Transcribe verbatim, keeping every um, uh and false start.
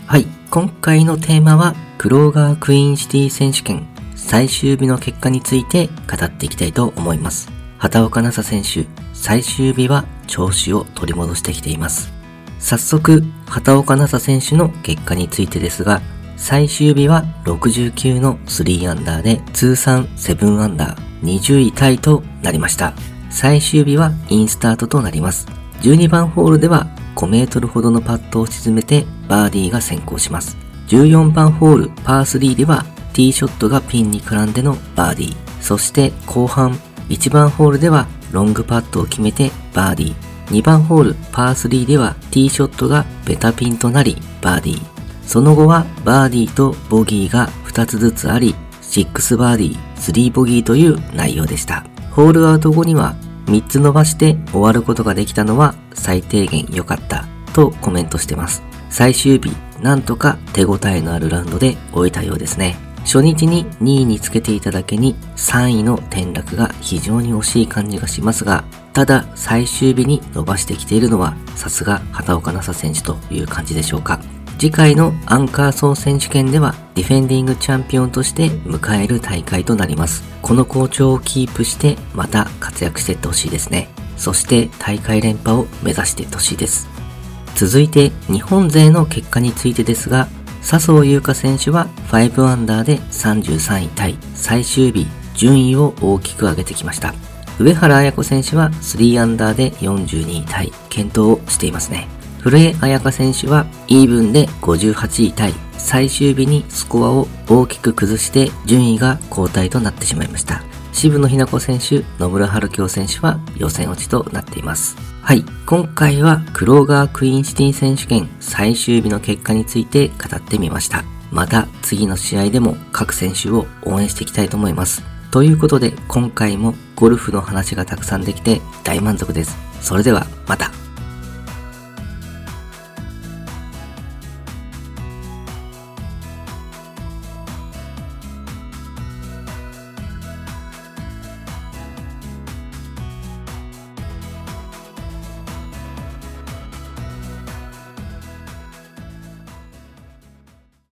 はい、今回のテーマはクローガークイーンシティ選手権最終日の結果について語っていきたいと思います。畑岡奈紗選手、最終日は調子を取り戻してきています。早速、畑岡奈紗選手の結果についてですが、最終日はろくじゅうきゅうのスリーアンダーで通算ななアンダー、にじゅういタイとなりました。最終日はインスタートとなります。じゅうにばんホールではごメートルほどのパットを沈めてバーディーが先行します。じゅうよんばんホールパースリーではティーショットがピンに絡んでのバーディー。そして後半いちばんホールではロングパットを決めてバーディー。にばんホールパースリーではティーショットがベタピンとなりバーディー。その後はバーディーとボギーがふたつずつあり、ろくバーディー、さんボギーという内容でした。ホールアウト後にはみっつ伸ばして終わることができたのは最低限良かったとコメントしてます。最終日、なんとか手応えのあるラウンドで終えたようですね。初日ににいにつけていただけにさんいの転落が非常に惜しい感じがしますが、ただ最終日に伸ばしてきているのはさすが畑岡奈紗選手という感じでしょうか。次回のアンカーソー選手権ではディフェンディングチャンピオンとして迎える大会となります。この好調をキープしてまた活躍していってほしいですね。そして大会連覇を目指していってほしいです。続いて日本勢の結果についてですが、笹生優花選手はごアンダーでさんじゅうさんいタイ、最終日順位を大きく上げてきました。上原綾子選手はさんアンダーでよんじゅうにいタイ、健闘をしていますね。古江彩佳選手はイーブンでごじゅうはちいタイ、最終日にスコアを大きく崩して順位が後退となってしまいました。渋野日向子選手、野村春京選手は予選落ちとなっています。はい、今回はクローガークイーンシティ選手権最終日の結果について語ってみました。また次の試合でも各選手を応援していきたいと思います。ということで今回もゴルフの話がたくさんできて大満足です。それではまた。